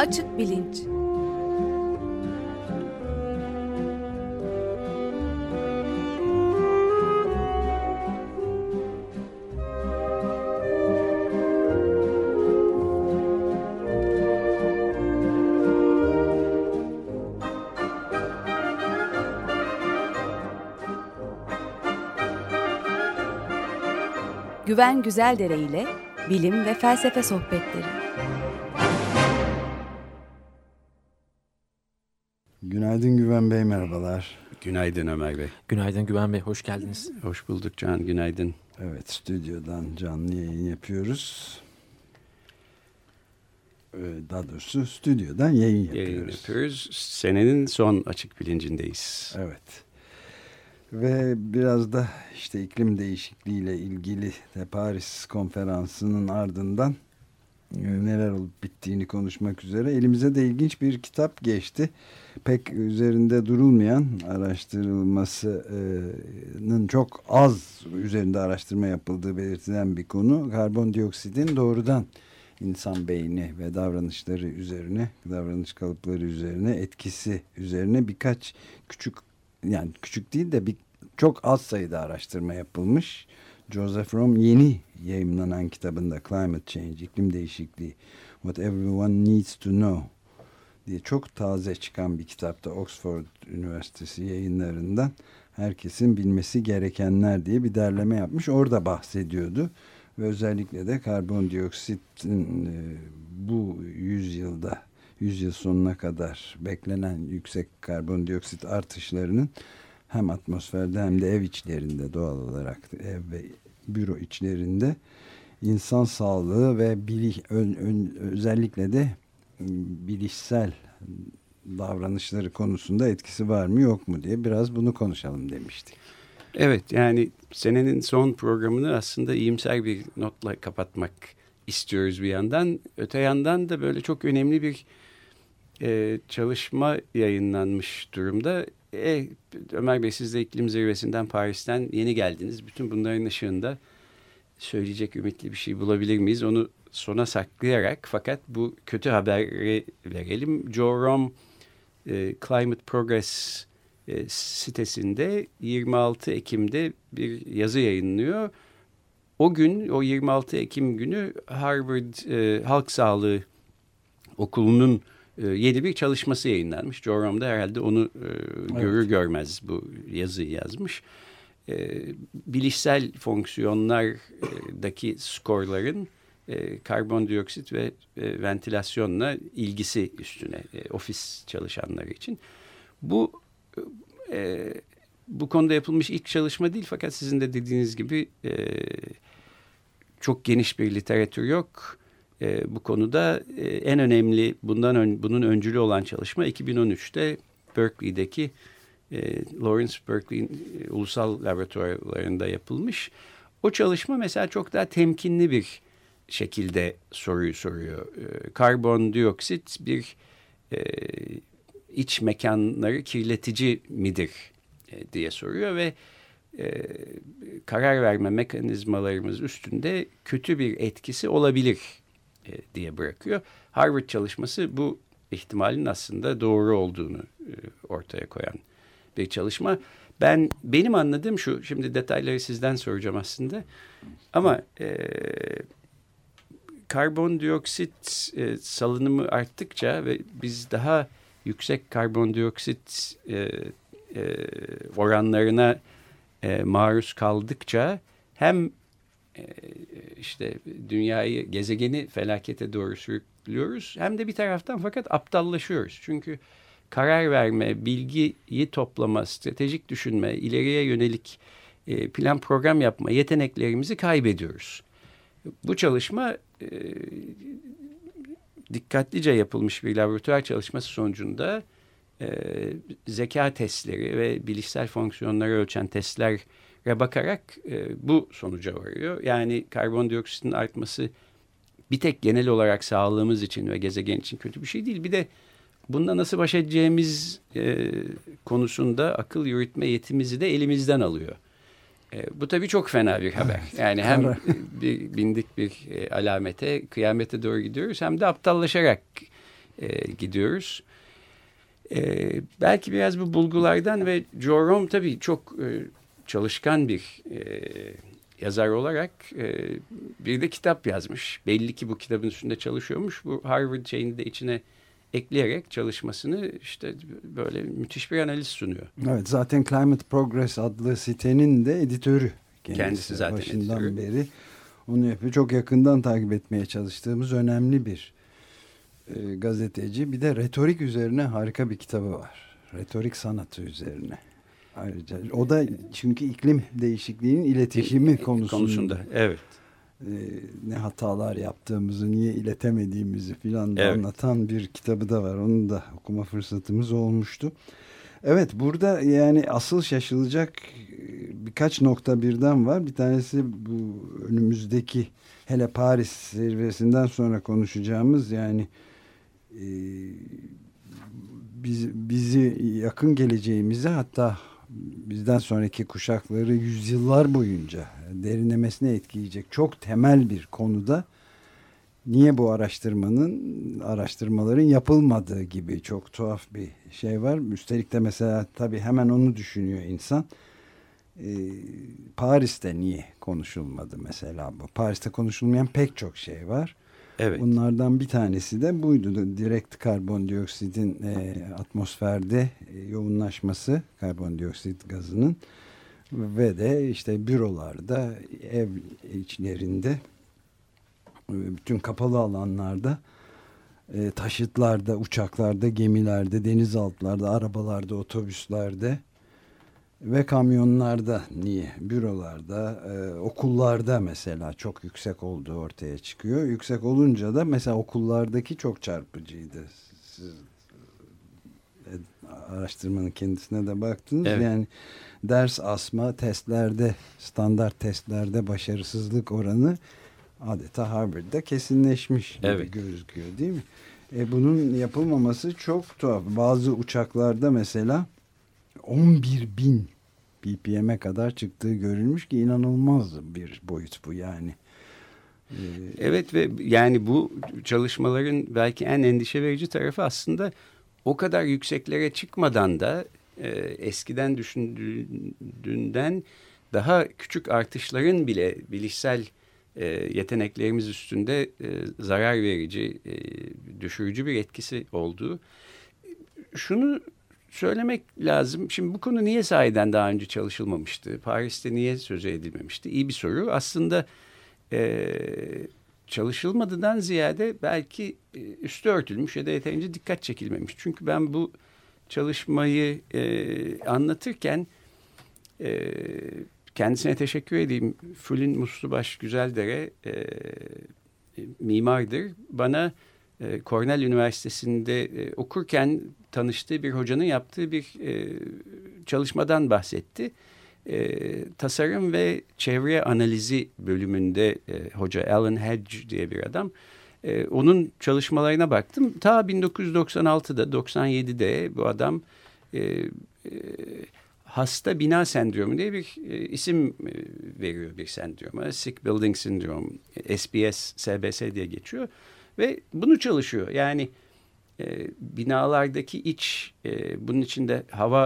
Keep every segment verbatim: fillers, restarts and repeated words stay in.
Açık bilinç. Güven Güzeldere ile bilim ve felsefe sohbetleri. Günaydın Güven Bey, merhabalar. Günaydın Ömer Bey. Günaydın Güven Bey, hoş geldiniz. Hoş bulduk Can, günaydın. Evet, stüdyodan canlı yayın yapıyoruz. Daha doğrusu stüdyodan yayın yapıyoruz. Yayın yapıyoruz. Senenin son açık bilincindeyiz. Evet. Ve biraz da işte iklim değişikliğiyle ilgili de Paris konferansının ardından neler olup bittiğini konuşmak üzere elimize de ilginç bir kitap geçti. Pek üzerinde durulmayan, araştırılmasının çok az üzerinde araştırma yapıldığı belirtilen bir konu. Karbondioksitin doğrudan insan beyni ve davranışları üzerine, davranış kalıpları üzerine, etkisi üzerine birkaç küçük, yani küçük değil de bir çok az sayıda araştırma yapılmış. Joseph Romm yeni yayımlanan kitabında Climate Change, iklim değişikliği, What Everyone Needs to Know diye çok taze çıkan bir kitapta, Oxford Üniversitesi yayınlarından herkesin bilmesi gerekenler diye bir derleme yapmış. Orada bahsediyordu ve özellikle de karbondioksitin bu yüzyılda, yüzyıl sonuna kadar beklenen yüksek karbondioksit artışlarının hem atmosferde hem de ev içlerinde, doğal olarak ev ve büro içlerinde insan sağlığı ve bili, ön, ön, özellikle de bilişsel davranışları konusunda etkisi var mı yok mu diye biraz bunu konuşalım demiştik. Evet, yani senenin son programını aslında iyimser bir notla kapatmak istiyoruz bir yandan. Öte yandan da böyle çok önemli bir e, çalışma yayınlanmış durumda. E, Ömer Bey, siz de iklim zirvesinden, Paris'ten yeni geldiniz. Bütün bunların ışığında söyleyecek ümitli bir şey bulabilir miyiz? Onu sona saklayarak, fakat bu kötü haberi verelim. Joe Romm e, Climate Progress e, sitesinde yirmi altı Ekim'de bir yazı yayınlıyor. O gün, o yirmi altı Ekim günü Harvard e, Halk Sağlığı Okulu'nun e, yeni bir çalışması yayınlanmış. Joe Romm da herhalde onu e, evet. görür görmez bu yazıyı yazmış. E, bilişsel fonksiyonlardaki skorların e, karbondioksit ve e, ventilasyonla ilgisi üstüne, e, ofis çalışanları için. Bu e, bu konuda yapılmış ilk çalışma değil, fakat sizin de dediğiniz gibi e, çok geniş bir literatür yok. E, bu konuda e, en önemli, bundan ön, bunun öncülü olan çalışma iki bin on üçte Berkeley'deki e, Lawrence Berkeley e, Ulusal Laboratuvarlarında yapılmış. O çalışma mesela çok daha temkinli bir şekilde soruyu soruyor. E, karbondioksit bir e, iç mekanları kirletici midir e, diye soruyor ve e, karar verme mekanizmalarımız üstünde kötü bir etkisi olabilir e, diye bırakıyor. Harvard çalışması bu ihtimalin aslında doğru olduğunu e, ortaya koyan bir çalışma. Ben benim anladığım şu, şimdi detayları sizden soracağım aslında, ama e, karbondioksit e, salınımı arttıkça ve biz daha yüksek karbondioksit e, e, oranlarına e, maruz kaldıkça hem e, işte dünyayı, gezegeni felakete doğru sürüklüyoruz, hem de bir taraftan fakat aptallaşıyoruz. Çünkü karar verme, bilgiyi toplama, stratejik düşünme, ileriye yönelik e, plan program yapma yeteneklerimizi kaybediyoruz. Bu çalışma e, dikkatlice yapılmış bir laboratuvar çalışması sonucunda e, zeka testleri ve bilişsel fonksiyonları ölçen testlere bakarak e, bu sonuca varıyor. Yani karbondioksitin artması bir tek genel olarak sağlığımız için ve gezegen için kötü bir şey değil. Bir de bununla nasıl baş edeceğimiz e, konusunda akıl yürütme yetimizi de elimizden alıyor. E, bu tabii çok fena bir haber. Yani hem bir, bindik bir e, alamete, kıyamete doğru gidiyoruz, hem de aptallaşarak e, gidiyoruz. E, belki biraz bu bulgulardan ve Joe Romm tabii çok e, çalışkan bir e, yazar olarak e, bir de kitap yazmış. Belli ki bu kitabın üstünde çalışıyormuş. Bu Harvard şeyini de içine ekleyerek çalışmasını işte böyle müthiş bir analiz sunuyor. Evet, zaten Climate Progress adlı sitenin de editörü. Kendisi, Kendisi zaten başından editörü. beri onu yapıyor. Çok yakından takip etmeye çalıştığımız önemli bir e, gazeteci. Bir de retorik üzerine harika bir kitabı var. Retorik sanatı üzerine. Ayrıca o da çünkü iklim değişikliğinin iletişimi konusunda. konusunda evet. E, ne hatalar yaptığımızı, niye iletemediğimizi filan da evet. anlatan bir kitabı da var. Onu da okuma fırsatımız olmuştu. Evet, burada yani asıl şaşılacak birkaç nokta birden var. Bir tanesi bu önümüzdeki, hele Paris zirvesinden sonra konuşacağımız, yani e, biz, bizi yakın geleceğimize, hatta bizden sonraki kuşakları yüzyıllar boyunca derinlemesine etkileyecek çok temel bir konuda niye bu araştırmanın, araştırmaların yapılmadığı gibi çok tuhaf bir şey var. Üstelik de mesela tabii hemen onu düşünüyor insan. Ee, Paris'te niye konuşulmadı mesela bu? Paris'te konuşulmayan pek çok şey var. Evet. Bunlardan bir tanesi de buydu. Direkt karbondioksitin e, atmosferde e, yoğunlaşması, karbondioksit gazının ve de işte bürolarda, ev içlerinde, bütün kapalı alanlarda, e, taşıtlarda, uçaklarda, gemilerde, denizaltılarda, arabalarda, otobüslerde ve kamyonlarda, niye? Bürolarda, e, okullarda mesela çok yüksek olduğu ortaya çıkıyor. Yüksek olunca da mesela okullardaki çok çarpıcıydı. Siz e, araştırmanın kendisine de baktınız. Evet. Yani ders asma testlerde, standart testlerde başarısızlık oranı adeta Harvard'da kesinleşmiş gibi evet. gözüküyor, değil mi? E, bunun yapılmaması çok tuhaf. Bazı uçaklarda mesela on bir bin B P M'e kadar çıktığı görülmüş ki inanılmaz bir boyut bu yani. Ee, evet ve yani bu çalışmaların belki en endişe verici tarafı aslında o kadar yükseklere çıkmadan da e, eskiden düşündüğünden daha küçük artışların bile bilişsel e, yeteneklerimiz üstünde e, zarar verici, e, düşürücü bir etkisi olduğu. Şunu söylemek lazım. Şimdi bu konu niye sahiden daha önce çalışılmamıştı? Paris'te niye sözü edilmemişti? İyi bir soru. Aslında e, çalışılmadığından ziyade belki e, üstü örtülmüş ya da yeterince dikkat çekilmemiş. Çünkü ben bu çalışmayı e, anlatırken e, kendisine teşekkür edeyim. Fülin Muslubaş Güzeldere e, mimardır. Bana e, Cornell Üniversitesi'nde e, okurken tanıştığı bir hocanın yaptığı bir e, çalışmadan bahsetti. E, tasarım ve çevre analizi bölümünde e, hoca Alan Hedge diye bir adam. E, onun çalışmalarına baktım. Ta bin dokuz yüz doksan altıda, doksan yedide bu adam e, e, hasta bina sendromu diye bir e, isim e, veriyor bir sendroma. Sick Building Syndrome, S B S, S B S diye geçiyor. Ve bunu çalışıyor. Yani e, binalardaki iç, e, bunun içinde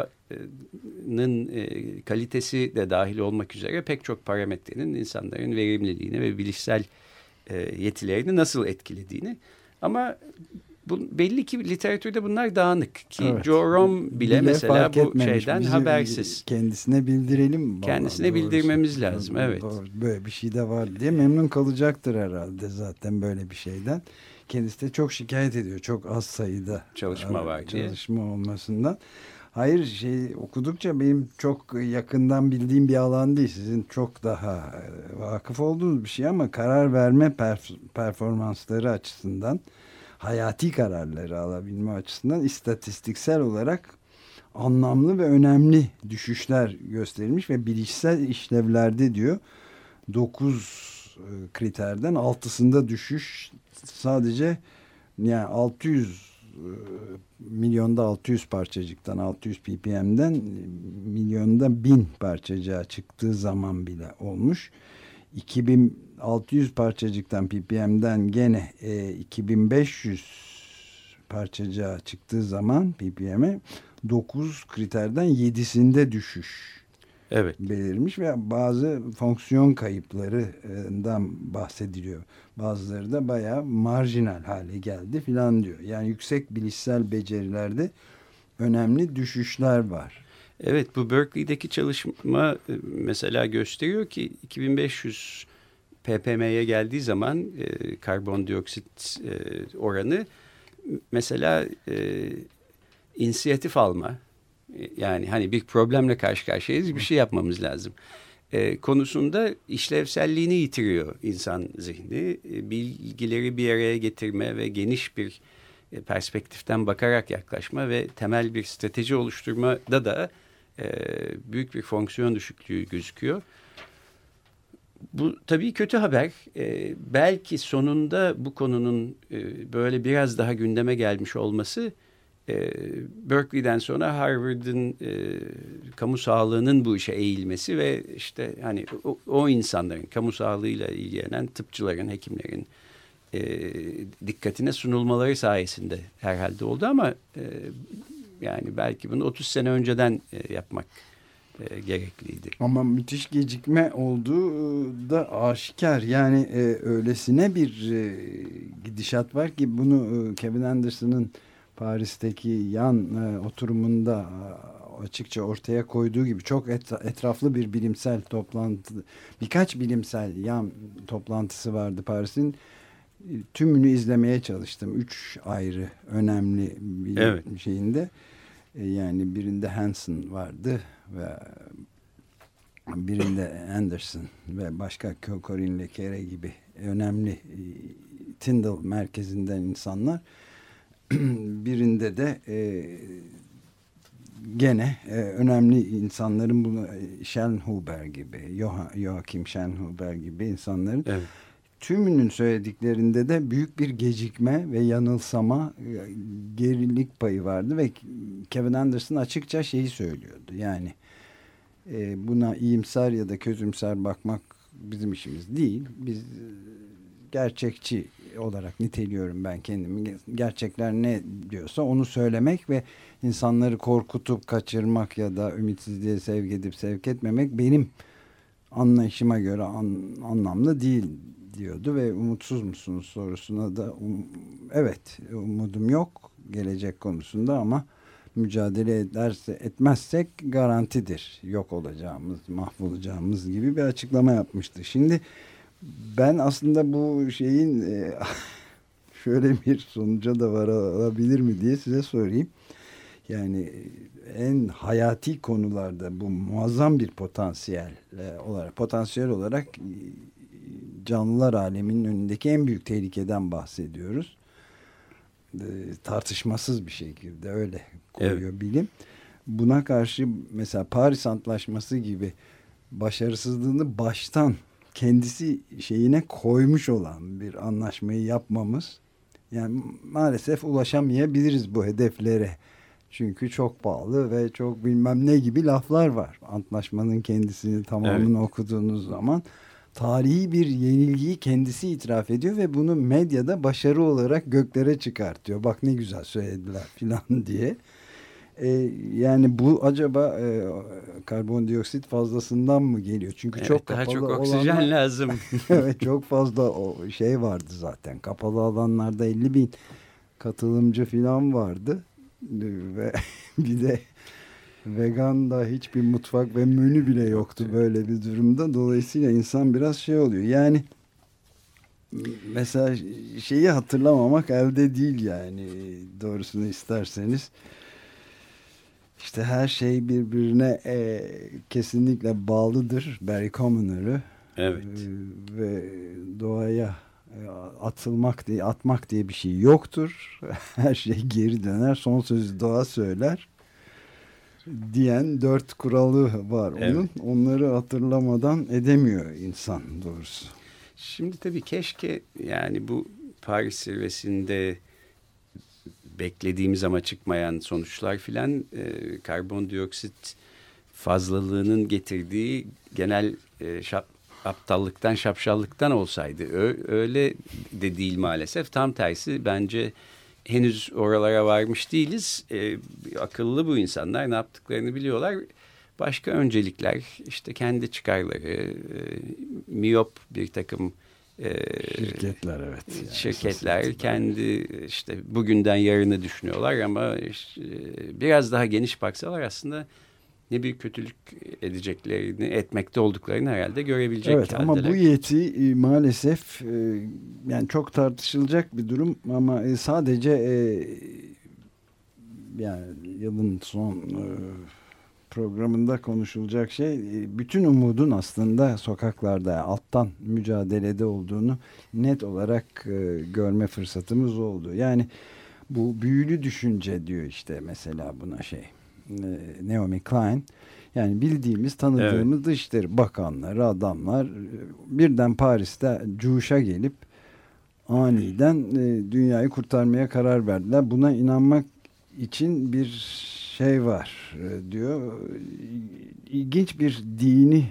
havanın e, kalitesi de dahil olmak üzere pek çok parametrenin insanların verimliliğini ve bilişsel e, yetilerini nasıl etkilediğini. Ama bu, belli ki literatürde bunlar dağınık. Ki evet. Joe Romm bile, bile mesela bu etmemiş. şeyden Bizi habersiz. Kendisine bildirelim. Kendisine doğrusu. bildirmemiz lazım, evet. Doğru, böyle bir şey de var diye memnun kalacaktır herhalde zaten böyle bir şeyden. Kendisi de çok şikayet ediyor. Çok az sayıda çalışma var diye. Çalışma olmasından. Hayır, şey okudukça benim çok yakından bildiğim bir alan değil. Sizin çok daha vakıf olduğunuz bir şey ama karar verme perf- performansları açısından, hayati kararları alabilme açısından istatistiksel olarak anlamlı ve önemli düşüşler gösterilmiş ve bilişsel işlevlerde diyor dokuz kriterden altısında düşüş, sadece yani altı yüz milyonda altı yüz parçacıktan, altı yüz ppm'den milyonda bin parçacığa çıktığı zaman bile olmuş. iki bin altı yüz parçacıktan ppm'den gene e, iki bin beş yüz parçacığa çıktığı zaman P P M'e dokuz kriterden yedisinde düşüş evet. belirmiş ve bazı fonksiyon kayıplarından bahsediliyor. Bazıları da bayağı marjinal hale geldi filan diyor. Yani yüksek bilişsel becerilerde önemli düşüşler var. Evet, bu Berkeley'deki çalışma mesela gösteriyor ki iki bin beş yüz ppm'ye geldiği zaman e, karbondioksit e, oranı mesela e, inisiyatif alma, yani hani bir problemle karşı karşıyayız, bir şey yapmamız lazım e, konusunda işlevselliğini yitiriyor insan zihni. E, bilgileri bir araya getirme ve geniş bir e, perspektiften bakarak yaklaşma ve temel bir strateji oluşturmada da e, büyük bir fonksiyon düşüklüğü gözüküyor. Bu tabii kötü haber. E, belki sonunda bu konunun e, böyle biraz daha gündeme gelmiş olması e, Berkeley'den sonra Harvard'ın e, kamu sağlığının bu işe eğilmesi ve işte hani o, o insanların, kamu sağlığıyla ilgilenen tıpçıların, hekimlerin e, dikkatine sunulmaları sayesinde herhalde oldu ama e, yani belki bunu otuz sene önceden e, yapmak E, gerekliydi. Ama müthiş gecikme olduğu da aşikar. Yani e, öylesine bir e, gidişat var ki bunu e, Kevin Anderson'ın Paris'teki yan e, oturumunda e, açıkça ortaya koyduğu gibi çok et, etraflı bir bilimsel toplantı, birkaç bilimsel yan toplantısı vardı Paris'in. E, tümünü izlemeye çalıştım. Üç ayrı önemli bir evet. şeyinde. E, yani birinde Hansen vardı ve birinde Anderson ve başka Corinne Leclerc gibi önemli e, Tyndall merkezinden insanlar. Birinde de e, gene e, önemli insanların bunu Schellnhuber gibi, Joachim Schellnhuber gibi insanların evet. tümünün söylediklerinde de büyük bir gecikme ve yanılsama, gerilik payı vardı ve Kevin Anderson açıkça şeyi söylüyordu. Yani e, buna iyimser ya da kötümser bakmak bizim işimiz değil. Biz gerçekçi olarak niteliyorum ben kendimi. Gerçekler ne diyorsa onu söylemek ve insanları korkutup kaçırmak ya da ümitsizliğe sevk edip sevk etmemek benim anlayışıma göre an, anlamlı değil diyordu ve umutsuz musunuz sorusuna da um, evet umudum yok gelecek konusunda ama mücadele ederse etmezsek garantidir yok olacağımız, mahvolacağımız gibi bir açıklama yapmıştı. Şimdi ben aslında bu şeyin e, şöyle bir sonuca da varabilir mi diye size sorayım. Yani en hayati konularda bu muazzam bir potansiyel olarak potansiyel olarak canlılar aleminin önündeki en büyük tehlikeden bahsediyoruz. E, tartışmasız bir şekilde öyle koyuyor evet. bilim. Buna karşı mesela Paris Antlaşması gibi başarısızlığını baştan kendisi şeyine koymuş olan bir anlaşmayı yapmamız, yani maalesef ulaşamayabiliriz bu hedeflere. Çünkü çok pahalı ve çok bilmem ne gibi laflar var. Antlaşmanın kendisini tamamını evet. okuduğunuz zaman tarihi bir yenilgiyi kendisi itiraf ediyor ve bunu medyada başarı olarak göklere çıkartıyor. Bak ne güzel söylediler filan diye. Ee, yani bu acaba e, karbondioksit fazlasından mı geliyor? Çünkü evet, çok daha kapalı çok oksijen olanlar, lazım. Evet, çok fazla o şey vardı zaten. Kapalı alanlarda elli bin katılımcı filan vardı. Ve bir de vegan da hiçbir mutfak ve menü bile yoktu böyle bir durumda. Dolayısıyla insan biraz şey oluyor. Yani mesela şeyi hatırlamamak elde değil yani doğrusunu isterseniz. İşte her şey birbirine e, kesinlikle bağlıdır. Barry Commoner'ı. Evet. E, ve doğaya e, atılmak diye, atmak diye bir şey yoktur. Her şey geri döner. Son sözü doğa söyler. Diyen dört kuralı var onun. Evet. Onları hatırlamadan edemiyor insan doğrusu. Şimdi tabii keşke yani bu Paris zirvesinde beklediğimiz ama çıkmayan sonuçlar filan e, karbondioksit fazlalığının getirdiği genel e, şap, aptallıktan, şapşallıktan olsaydı. Ö, öyle de değil maalesef. Tam tersi bence henüz oralara varmış değiliz. E, akıllı bu insanlar, ne yaptıklarını biliyorlar. Başka öncelikler, işte kendi çıkarları, e, miyop bir takım e, şirketler, evet. Yani şirketler kendi işte bugünden yarını düşünüyorlar ama işte, biraz daha geniş baksalar aslında ne büyük kötülük edeceklerini, etmekte olduklarını herhalde görebilecek evet, haldeler. ama bu yeti e, maalesef e, yani çok tartışılacak bir durum ama e, sadece e, yani yılın son e, programında konuşulacak şey, e, bütün umudun aslında sokaklarda alttan mücadelede olduğunu net olarak e, görme fırsatımız oldu. Yani bu büyülü düşünce diyor işte mesela buna şey Naomi Klein, yani bildiğimiz, tanıdığımız evet. dışişleri bakanları, adamlar birden Paris'te cuşa gelip aniden e, dünyayı kurtarmaya karar verdiler. Buna inanmak için bir şey var e, diyor. İlginç bir dini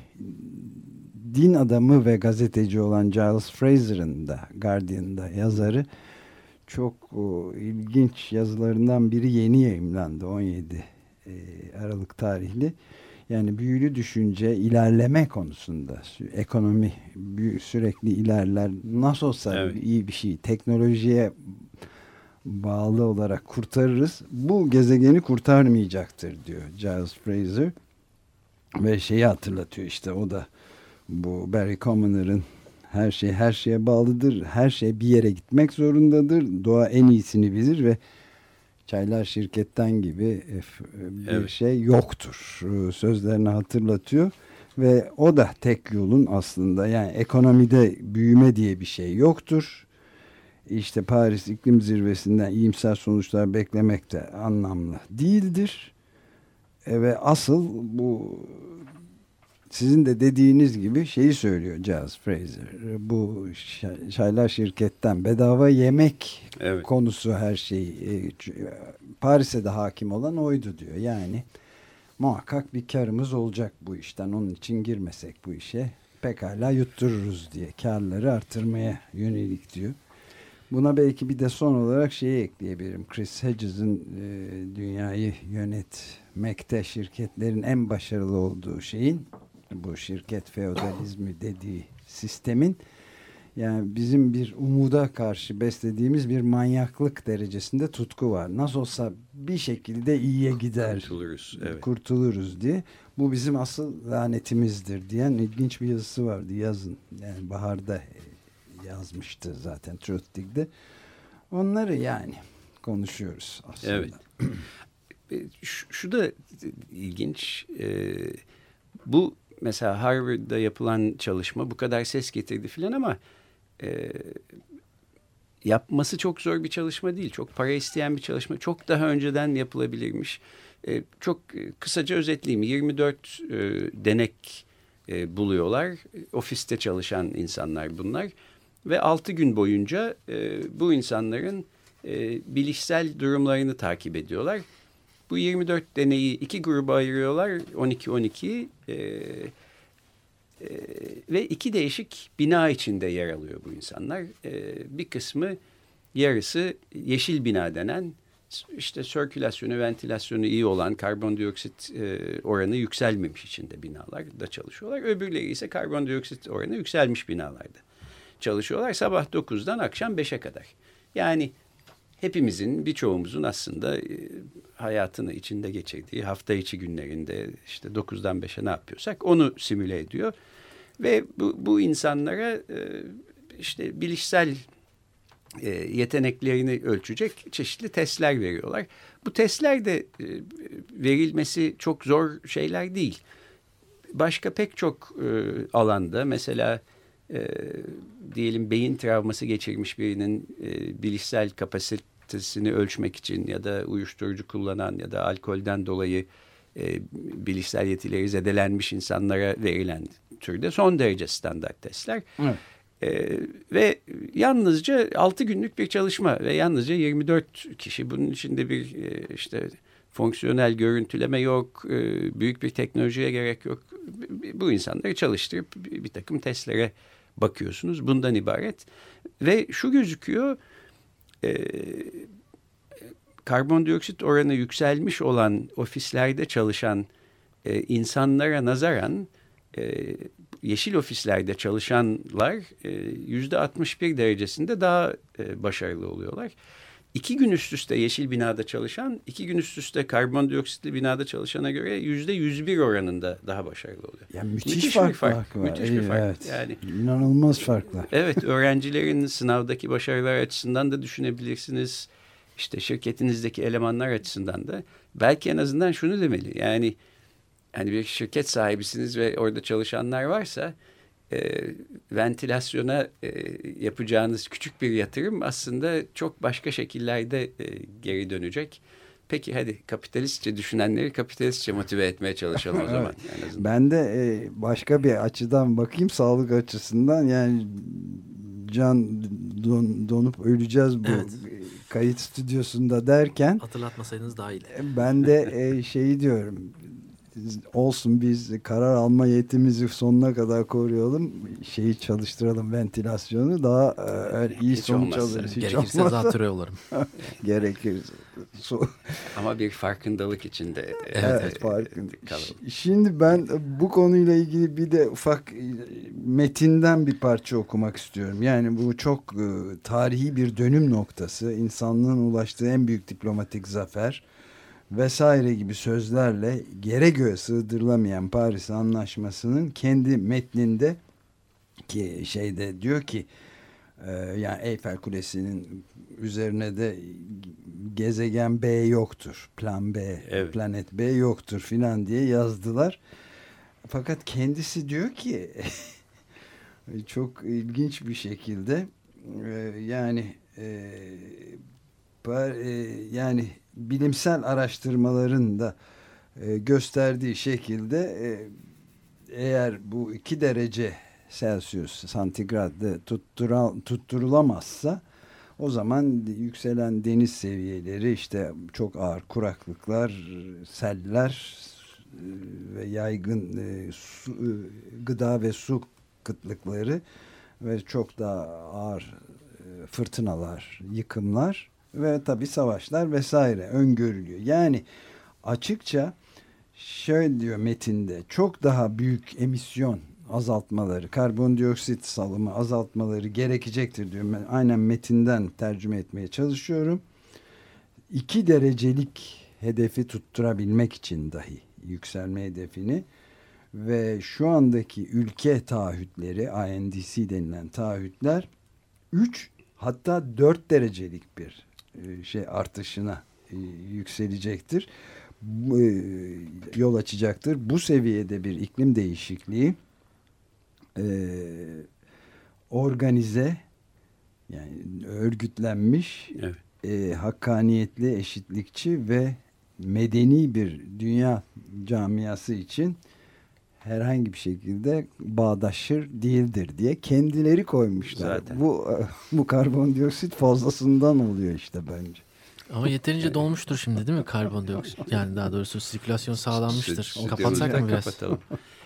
din adamı ve gazeteci olan Giles Fraser'ın da Guardian'da yazarı, çok o, ilginç yazılarından biri yeni yayımlandı, on yedi Aralık tarihli. Yani büyülü düşünce, ilerleme konusunda, ekonomi sürekli ilerler, nasıl olsa evet. iyi bir şey, teknolojiye bağlı olarak kurtarırız, bu gezegeni kurtarmayacaktır diyor Giles Fraser. Ve şeyi hatırlatıyor işte, o da bu Barry Commoner'ın her şey her şeye bağlıdır, her şey bir yere gitmek zorundadır, doğa en iyisini bilir ve çaylar şirketten gibi bir evet. şey yoktur sözlerini hatırlatıyor. Ve o da tek yolun aslında, yani ekonomide büyüme diye bir şey yoktur. İşte Paris İklim Zirvesi'nden iyimser sonuçlar beklemek de anlamlı değildir. E ve asıl bu sizin de dediğiniz gibi şeyi söylüyor Giles Fraser. Bu çaylar şirketten bedava yemek evet. konusu, her şey Paris'e de hakim olan oydu diyor. Yani muhakkak bir karımız olacak bu işten. Onun için girmesek bu işe pekala yuttururuz diye, karları artırmaya yönelik diyor. Buna belki bir de son olarak şeyi ekleyebilirim. Chris Hedges'in e, dünyayı yönetmekte şirketlerin en başarılı olduğu şeyin, bu şirket feodalizmi dediği sistemin, yani bizim bir umuda karşı beslediğimiz bir manyaklık derecesinde tutku var. Nasıl olsa bir şekilde iyiye gider, kurtuluruz, evet. kurtuluruz diye. Bu bizim asıl lanetimizdir diyen ilginç bir yazısı vardı yazın. Yani baharda yazmıştı zaten Truth Dig'de. Onları yani konuşuyoruz aslında. Evet. şu, şu da ilginç. Ee, bu mesela Harvard'da yapılan çalışma bu kadar ses getirdi filan ama e, yapması çok zor bir çalışma değil. Çok para isteyen bir çalışma. Çok daha önceden yapılabilirmiş. E, çok kısaca özetleyeyim. yirmi dört e, denek e, buluyorlar. Ofiste çalışan insanlar bunlar. Ve altı gün boyunca e, bu insanların e, bilişsel durumlarını takip ediyorlar. Bu yirmi dört deneyi iki gruba ayırıyorlar. on iki on iki e, e, ve iki değişik bina içinde yer alıyor bu insanlar. E, bir kısmı, yarısı yeşil bina denen, işte sirkülasyonu, ventilasyonu iyi olan, karbondioksit e, oranı yükselmemiş içinde binalarda çalışıyorlar. Öbürleri ise karbondioksit oranı yükselmiş binalarda çalışıyorlar. Sabah dokuzdan akşam beşe kadar. Yani hepimizin, birçoğumuzun aslında e, hayatını içinde geçirdiği hafta içi günlerinde işte dokuzdan beşe ne yapıyorsak onu simüle ediyor. Ve bu, bu insanlara e, işte bilişsel e, yeteneklerini ölçecek çeşitli testler veriyorlar. Bu testler de e, verilmesi çok zor şeyler değil. Başka pek çok e, alanda, mesela e, diyelim beyin travması geçirmiş birinin e, bilişsel kapasitesini ölçmek için ya da uyuşturucu kullanan ya da alkolden dolayı e, bilişsel yetileri zedelenmiş insanlara verilen türde son derece standart testler. Evet. E, ve yalnızca altı günlük bir çalışma ve yalnızca yirmi dört kişi, bunun içinde bir e, işte fonksiyonel görüntüleme yok, e, büyük bir teknolojiye gerek yok. Bu insanları çalıştırıp bir, bir takım testlere bakıyorsunuz. Bundan ibaret. Ve şu gözüküyor, e, karbondioksit oranı yükselmiş olan ofislerde çalışan e, insanlara nazaran e, yeşil ofislerde çalışanlar e, yüzde altmış bir derecesinde daha e, başarılı oluyorlar. İki gün üst üste yeşil binada çalışan, iki gün üst üste karbondioksitli binada çalışana göre yüzde yüz bir oranında daha başarılı oluyor. Yani müthiş, müthiş fark, bir fark, fark var. müthiş bir fark. Evet. Yani inanılmaz farklar. evet, öğrencilerin sınavdaki başarılar açısından da düşünebilirsiniz. İşte şirketinizdeki elemanlar açısından da belki en azından şunu demeli. Yani hani bir şirket sahibisiniz ve orada çalışanlar varsa e, ventilasyona e, yapacağınız küçük bir yatırım aslında çok başka şekillerde e, geri dönecek. Peki hadi kapitalistçe düşünenleri kapitalistçe motive etmeye çalışalım o zaman. Evet. En azından. Ben de e, başka bir açıdan bakayım, sağlık açısından. Yani can don, donup öleceğiz bu Evet. kayıt stüdyosunda derken. Hatırlatmasaydınız daha iyiydi. Ben de e, şeyi diyorum. Olsun, biz karar alma yetimizi sonuna kadar koruyalım. Şeyi çalıştıralım, ventilasyonu daha e, iyi Hiç sonuç olmazsa. alırız. Hiç Gerekirse olmazsa. zatürre yollarım. Gerekirse. So Ama bir farkındalık içinde. e, Evet, e, farkında. kalalım. Şimdi ben bu konuyla ilgili bir de ufak metinden bir parça okumak istiyorum. Yani bu çok e, tarihi bir dönüm noktası. İnsanlığın ulaştığı en büyük diplomatik zafer vesaire gibi sözlerle yere göğe sığdırılamayan Paris Anlaşması'nın kendi metninde ki şeyde diyor ki e, yani Eyfel Kulesi'nin üzerine de gezegen B yoktur, plan B, Evet. planet B yoktur filan diye yazdılar. Fakat kendisi diyor ki çok ilginç bir şekilde e, yani e, par, e, yani bilimsel araştırmaların da e, gösterdiği şekilde e, eğer bu iki derece Celsius santigradda tuttura, tutturulamazsa o zaman yükselen deniz seviyeleri, işte çok ağır kuraklıklar, seller ve yaygın e, su, e, gıda ve su kıtlıkları ve çok daha ağır e, fırtınalar, yıkımlar ve tabii savaşlar vesaire öngörülüyor. Yani açıkça şöyle diyor metinde, çok daha büyük emisyon azaltmaları, karbondioksit salımı azaltmaları gerekecektir diyor. Ben aynen metinden tercüme etmeye çalışıyorum. İki derecelik hedefi tutturabilmek için dahi, yükselme hedefini ve şu andaki ülke taahhütleri, I N D C denilen taahhütler üç hatta dört derecelik bir şey artışına yükselecektir. Yol açacaktır. Bu seviyede bir iklim değişikliği e, organize, yani örgütlenmiş, Evet. e, hakkaniyetli, eşitlikçi ve medeni bir dünya camiası için herhangi bir şekilde bağdaşır değildir diye kendileri koymuşlar. Zaten. Bu bu karbondioksit fazlasından oluyor işte bence. Ama yeterince dolmuştur şimdi değil mi karbondioksit? Yani daha doğrusu sirkülasyon sağlanmıştır. Stüdyomuzu Kapatsak da mı biraz? Kapatalım.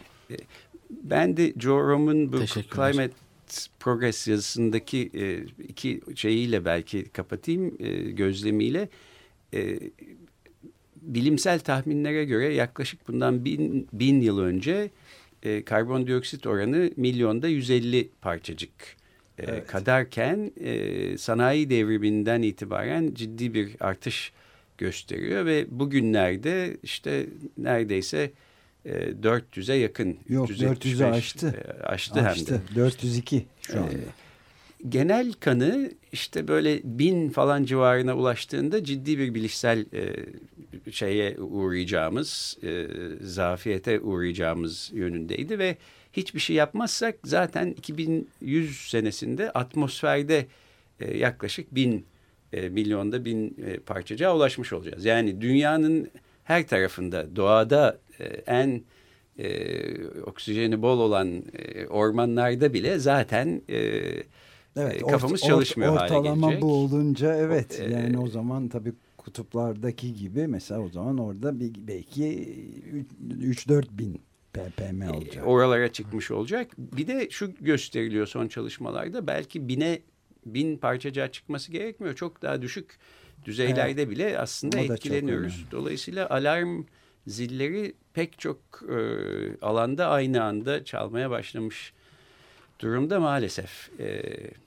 Ben de Joe Rome'un bu Teşekkürler. Climate Progress yazısındaki e, iki şeyiyle belki kapatayım, e, gözlemiyle. E, bilimsel tahminlere göre yaklaşık bundan bin, bin yıl önce e, karbondioksit oranı milyonda yüz elli parçacık e, Evet. kadarken e, sanayi devriminden itibaren ciddi bir artış gösteriyor ve bugünlerde işte neredeyse e, dört yüze yakın. Yok, üç yüz yetmiş beş, dört yüzü aştı. E, aştı hem de. Açtı. dört yüz iki şu anda. Ee, genel kanı işte böyle bin falan civarına ulaştığında ciddi bir bilişsel e, şeye uğrayacağımız, e, zafiyete uğrayacağımız yönündeydi ve hiçbir şey yapmazsak zaten iki bin yüz senesinde atmosferde e, yaklaşık bin e, milyonda bin e, parçacığa ulaşmış olacağız. Yani dünyanın her tarafında, doğada e, en e, oksijeni bol olan e, ormanlarda bile zaten e, Evet, e, kafamız ort, çalışmıyor ort, hale ortalama gelecek. bu olunca evet, O, e, yani o zaman tabii kutuplardaki gibi mesela o zaman orada bir, belki üç dört bin ppm olacak. Oralara çıkmış olacak. Bir de şu gösteriliyor son çalışmalarda, belki bine bin parçacığa çıkması gerekmiyor. Çok daha düşük düzeylerde evet. bile aslında o etkileniyoruz. Dolayısıyla alarm zilleri pek çok e, alanda aynı anda çalmaya başlamış durumda maalesef. E,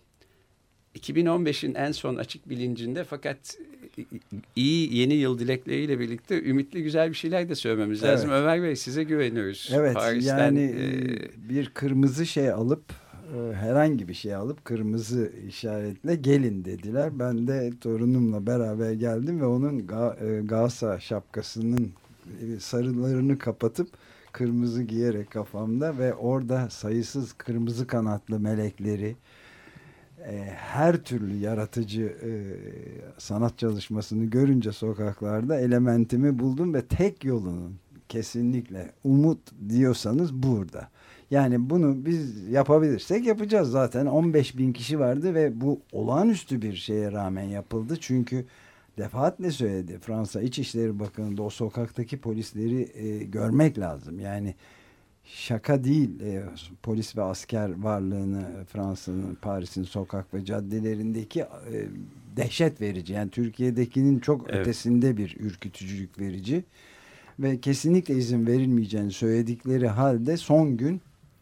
iki bin on beşin en son açık bilincinde fakat iyi yeni yıl dilekleriyle birlikte ümitli güzel bir şeyler de söylememiz evet. lazım. Ömer Bey size güveniyoruz. Evet Paris'ten, yani e, bir kırmızı şey alıp herhangi bir şey alıp kırmızı işaretle gelin dediler. Ben de torunumla beraber geldim ve onun Galatasaray şapkasının sarılarını kapatıp kırmızı giyerek kafamda ve orada sayısız kırmızı kanatlı melekleri, her türlü yaratıcı sanat çalışmasını görünce sokaklarda elementimi buldum ve tek yolunun kesinlikle umut diyorsanız burada. Yani bunu biz yapabilirsek yapacağız zaten. on beş bin kişi vardı ve bu olağanüstü bir şeye rağmen yapıldı. Çünkü defaatle söyledi Fransa İçişleri Bakanı da o sokaktaki polisleri e, görmek lazım. Yani şaka değil e, polis ve asker varlığını Fransa'nın, Paris'in sokak ve caddelerindeki e, dehşet verici. Yani Türkiye'dekinin çok evet. ötesinde bir ürkütücülük verici. Ve kesinlikle izin verilmeyeceğini söyledikleri halde son gün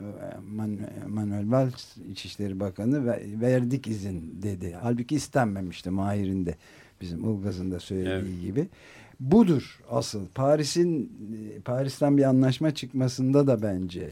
Manuel Valls İçişleri Bakanı verdik izin dedi. Halbuki istenmemişti Mahir'in de bizim Ilgaz'ın da söylediği evet. gibi. Budur asıl. Paris'in Paris'ten bir anlaşma çıkmasında da bence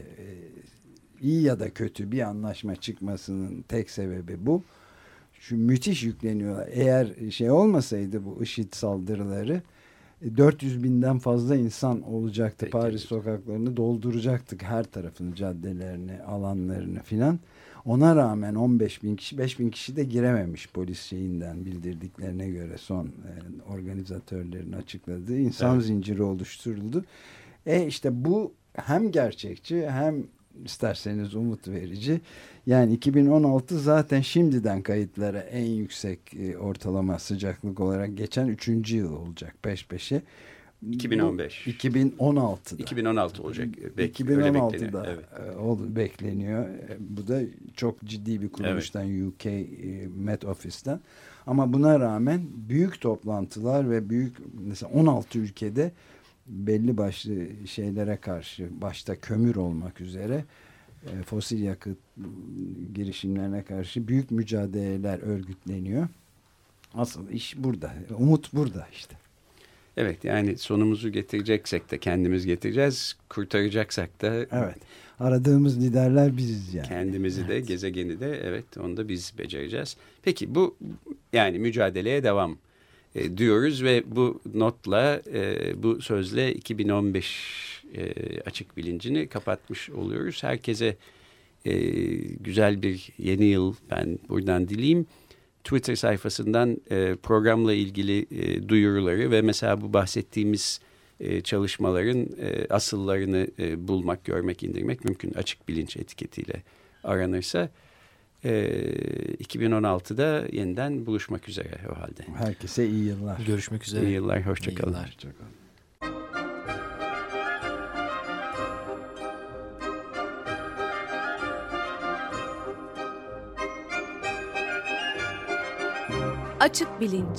iyi ya da kötü bir anlaşma çıkmasının tek sebebi bu. Şu müthiş yükleniyorlar. Eğer şey olmasaydı bu IŞİD saldırıları dört yüz binden fazla insan olacaktı. Peki. Paris sokaklarını dolduracaktık. Her tarafını, caddelerini, alanlarını filan. Ona rağmen on beş bin kişi, beş bin kişi de girememiş polis şeyinden bildirdiklerine göre son yani organizatörlerin açıkladığı insan evet. zinciri oluşturuldu. E işte bu hem gerçekçi hem isterseniz umut verici. Yani iki bin on altı zaten şimdiden kayıtlara en yüksek e, ortalama sıcaklık olarak geçen üçüncü yıl olacak peş peşe. iki bin on beş. iki bin on altıda. iki bin on altı olacak. Bek, iki bin on altıda evet. e, bekleniyor. E, bu da çok ciddi bir kuruluştan evet. U K e, Met Office'ten. Ama buna rağmen büyük toplantılar ve büyük mesela on altı ülkede belli başlı şeylere karşı başta kömür olmak üzere e, fosil yakıt girişimlerine karşı büyük mücadeleler örgütleniyor. Asıl iş burada. Umut burada işte. Evet yani sonumuzu getireceksek de kendimiz getireceğiz. Kurtaracaksak da evet. Aradığımız liderler biziz yani. Kendimizi evet. de gezegeni de evet onu da biz becereceğiz. Peki bu yani mücadeleye devam E, diyoruz ve bu notla, e, bu sözle iki bin on beş e, açık bilincini kapatmış oluyoruz. Herkese e, güzel bir yeni yıl ben buradan dileyim. Twitter sayfasından e, programla ilgili e, duyuruları ve mesela bu bahsettiğimiz e, çalışmaların e, asıllarını e, bulmak, görmek, indirmek mümkün. Açık bilinç etiketiyle aranırsa. iki bin on altıda yeniden buluşmak üzere o halde. Herkese iyi yıllar. Görüşmek üzere. İyi yıllar, hoşça kalın. Hoşça kalın. Açık bilinç.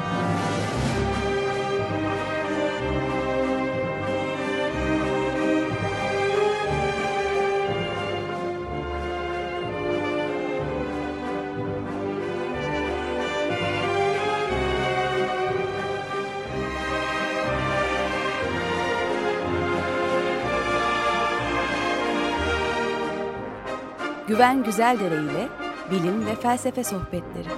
Güven Güzeldere ile bilim ve felsefe sohbetleri.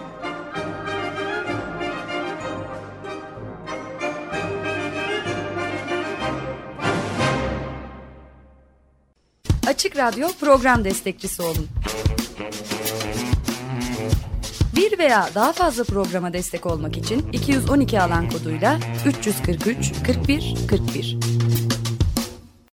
Açık Radyo program destekçisi olun. Bir veya daha fazla programa destek olmak için iki yüz on iki alan koduyla üç yüz kırk üç kırk bir kırk bir